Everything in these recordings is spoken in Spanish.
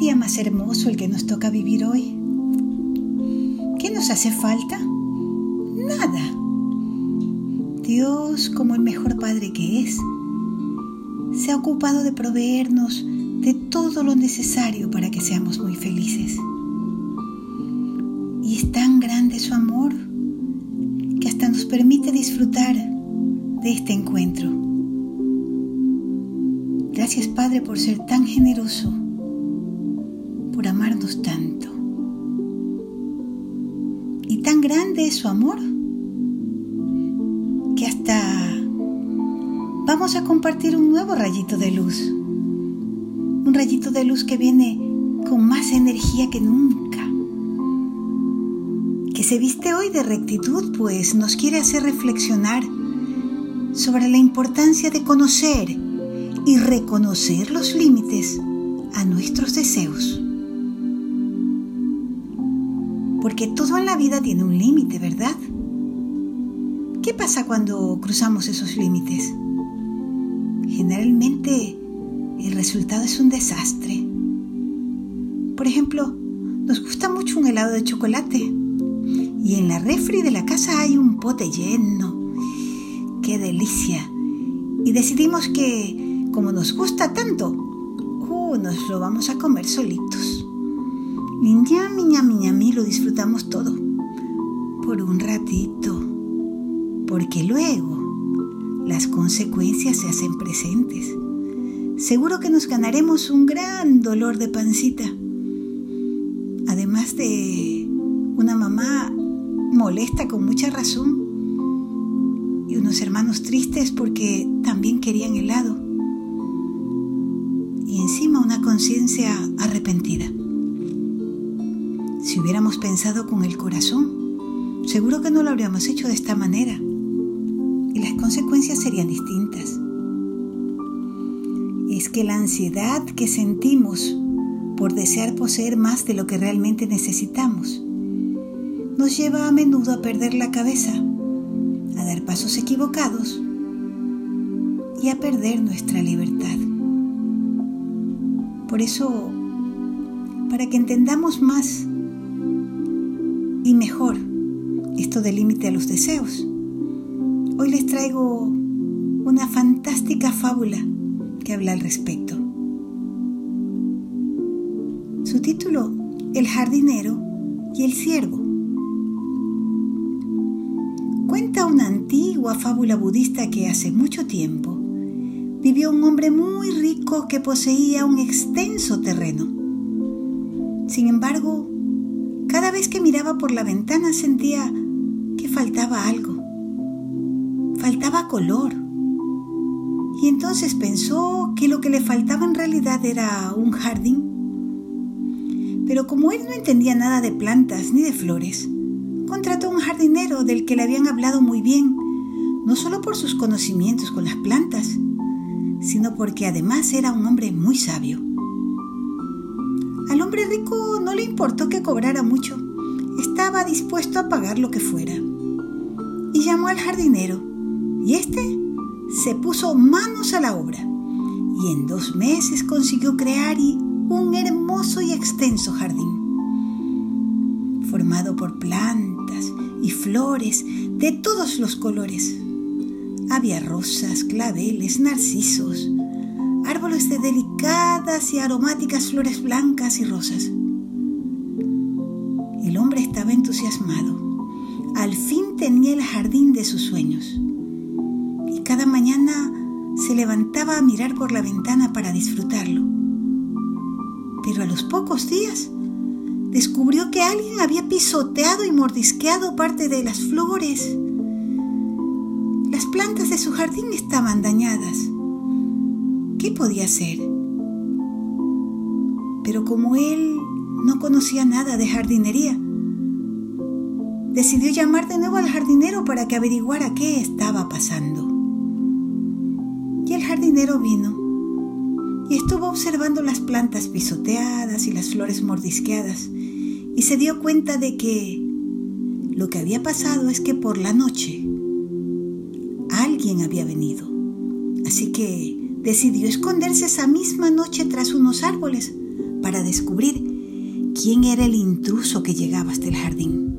día más hermoso el que nos toca vivir hoy. ¿Qué nos hace falta? Nada. Dios, como el mejor Padre que es, se ha ocupado de proveernos de todo lo necesario para que seamos muy felices. Y es tan grande su amor que hasta nos permite disfrutar de este encuentro. Gracias, Padre, por ser tan generoso, por amarnos tanto. Y tan grande es su amor que hasta vamos a compartir un nuevo rayito de luz. Un rayito de luz que viene con más energía que nunca. Que se viste hoy de rectitud, pues nos quiere hacer reflexionar sobre la importancia de conocer y reconocer los límites a nuestros deseos. Porque todo en la vida tiene un límite, ¿verdad? ¿Qué pasa cuando cruzamos esos límites? Generalmente el resultado es un desastre. Por ejemplo, nos gusta mucho un helado de chocolate y en la refri de la casa hay un pote lleno. ¡Qué delicia! Y decidimos que, como nos gusta tanto, nos lo vamos a comer solitos. Ñami, ñami, ñami, lo disfrutamos todo. Por un ratito. Porque luego las consecuencias se hacen presentes. Seguro que nos ganaremos un gran dolor de pancita. Además de una mamá molesta con mucha razón y unos hermanos tristes porque también querían helado. Y encima una conciencia arrepentida. Si hubiéramos pensado con el corazón, seguro que no lo habríamos hecho de esta manera y las consecuencias serían distintas. Es que la ansiedad que sentimos por desear poseer más de lo que realmente necesitamos nos lleva a menudo a perder la cabeza, a dar pasos equivocados y a perder nuestra libertad. Por eso, para que entendamos más y mejor esto del límite a los deseos, hoy les traigo una fantástica fábula que habla al respecto. Su título, El jardinero y el ciervo. Cuenta una antigua fábula budista que hace mucho tiempo vivió un hombre muy rico que poseía un extenso terreno. Sin embargo, cada vez que miraba por la ventana sentía que faltaba algo. Faltaba color. Y entonces pensó que lo que le faltaba en realidad era un jardín. Pero como él no entendía nada de plantas ni de flores, contrató a un jardinero del que le habían hablado muy bien, no solo por sus conocimientos con las plantas, sino porque además era un hombre muy sabio. Al hombre rico no le importó que cobrara mucho, estaba dispuesto a pagar lo que fuera. Y llamó al jardinero, y éste se puso manos a la obra, y en 2 meses consiguió crear un hermoso y extenso jardín, formado por plantas y flores de todos los colores. Había rosas, claveles, narcisos, árboles de delicadas y aromáticas flores blancas y rosas. El hombre estaba entusiasmado. Al fin tenía el jardín de sus sueños. Y cada mañana se levantaba a mirar por la ventana para disfrutarlo. Pero a los pocos días descubrió que alguien había pisoteado y mordisqueado parte de las flores. Las plantas de su jardín estaban dañadas. ¿Qué podía hacer? Pero como él no conocía nada de jardinería, decidió llamar de nuevo al jardinero para que averiguara qué estaba pasando. Y el jardinero vino y estuvo observando las plantas pisoteadas y las flores mordisqueadas y se dio cuenta de que lo que había pasado es que por la noche alguien había venido. Así que decidió esconderse esa misma noche tras unos árboles para descubrir quién era el intruso que llegaba hasta el jardín.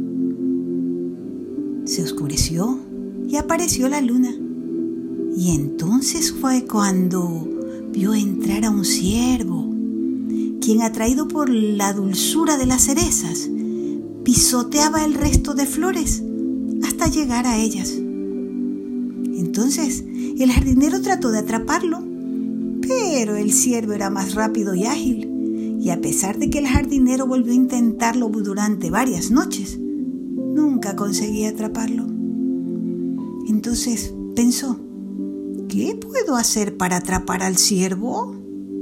Se oscureció y apareció la luna. Y entonces fue cuando vio entrar a un ciervo, quien, atraído por la dulzura de las cerezas, pisoteaba el resto de flores hasta llegar a ellas. Entonces el jardinero trató de atraparlo, pero el ciervo era más rápido y ágil, y a pesar de que el jardinero volvió a intentarlo durante varias noches, nunca conseguía atraparlo. Entonces pensó: ¿qué puedo hacer para atrapar al ciervo?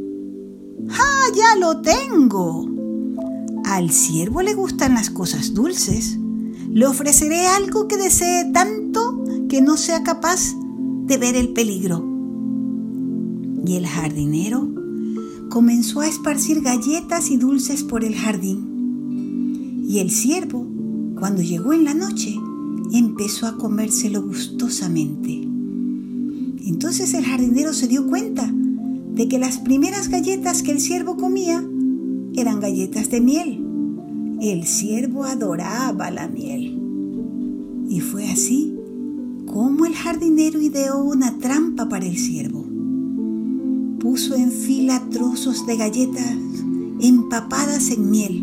¡Ah, ya lo tengo! Al ciervo le gustan las cosas dulces. Le ofreceré algo que desee tanto que no sea capaz de ver el peligro. Y el jardinero comenzó a esparcir galletas y dulces por el jardín. Y el ciervo, cuando llegó en la noche, empezó a comérselo gustosamente. Entonces el jardinero se dio cuenta de que las primeras galletas que el ciervo comía eran galletas de miel. El ciervo adoraba la miel. Y fue así como el jardinero ideó una trampa para el ciervo. Puso en fila trozos de galletas empapadas en miel.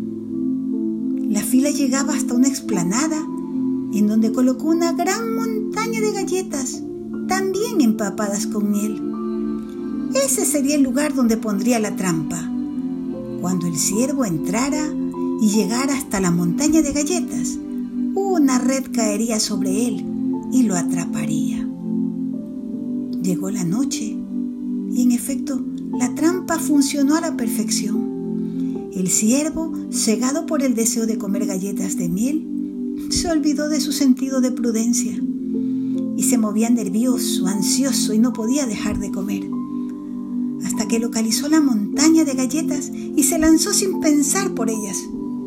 La fila llegaba hasta una explanada en donde colocó una gran montaña de galletas, también empapadas con miel. Ese sería el lugar donde pondría la trampa. Cuando el ciervo entrara y llegara hasta la montaña de galletas, una red caería sobre él y lo atraparía. Llegó la noche y, en efecto, la trampa funcionó a la perfección. El ciervo, cegado por el deseo de comer galletas de miel, se olvidó de su sentido de prudencia y se movía nervioso, ansioso, y no podía dejar de comer, hasta que localizó la montaña de galletas y se lanzó sin pensar por ellas.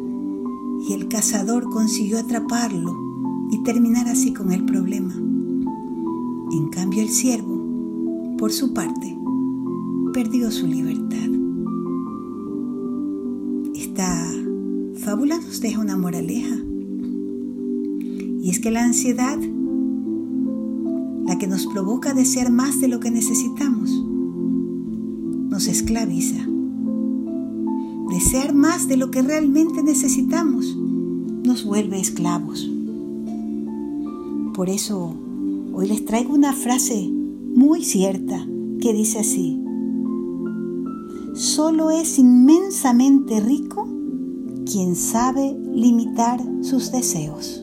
Y el cazador consiguió atraparlo y terminar así con el problema. En cambio, el ciervo, por su parte, perdió su libertad. Esta fábula nos deja una moraleja, y es que la ansiedad, la que nos provoca desear más de lo que necesitamos, nos esclaviza. Desear más de lo que realmente necesitamos nos vuelve esclavos. Por eso hoy les traigo una frase muy cierta que dice así: solo es inmensamente rico quien sabe limitar sus deseos.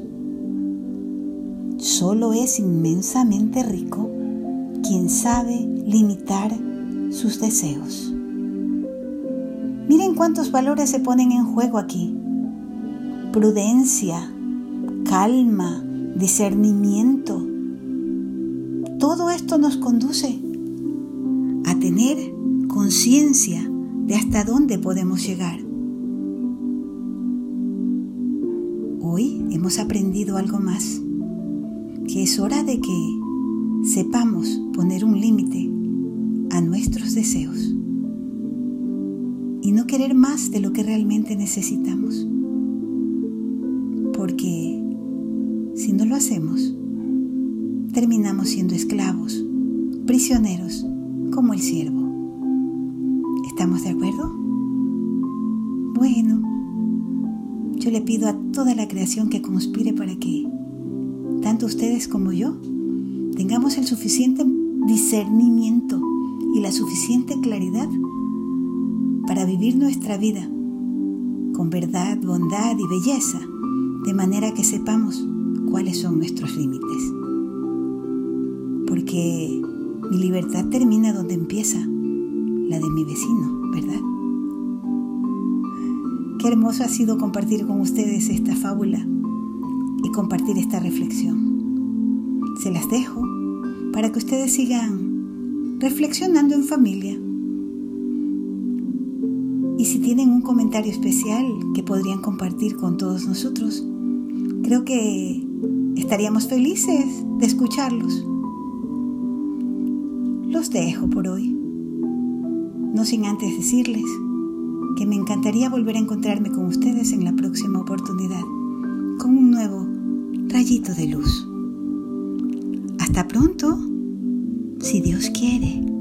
Solo es inmensamente rico quien sabe limitar sus deseos. Miren cuántos valores se ponen en juego aquí: prudencia, calma, discernimiento. Todo esto nos conduce a tener conciencia de hasta dónde podemos llegar. Hoy hemos aprendido algo más, que es hora de que sepamos poner un límite a nuestros deseos y no querer más de lo que realmente necesitamos. Porque si no lo hacemos, terminamos siendo esclavos, prisioneros, como el ciervo. ¿Estamos de acuerdo? Bueno, yo le pido a toda la creación que conspire para que tanto ustedes como yo tengamos el suficiente discernimiento y la suficiente claridad para vivir nuestra vida con verdad, bondad y belleza, de manera que sepamos cuáles son nuestros límites. Porque mi libertad termina donde empieza la de mi vecino, ¿verdad? Qué hermoso ha sido compartir con ustedes esta fábula y compartir esta reflexión. Se las dejo para que ustedes sigan reflexionando en familia. Y si tienen un comentario especial que podrían compartir con todos nosotros, creo que estaríamos felices de escucharlos. Los dejo por hoy, no sin antes decirles que me encantaría volver a encontrarme con ustedes en la próxima oportunidad, con un nuevo rayito de luz. Hasta pronto, si Dios quiere.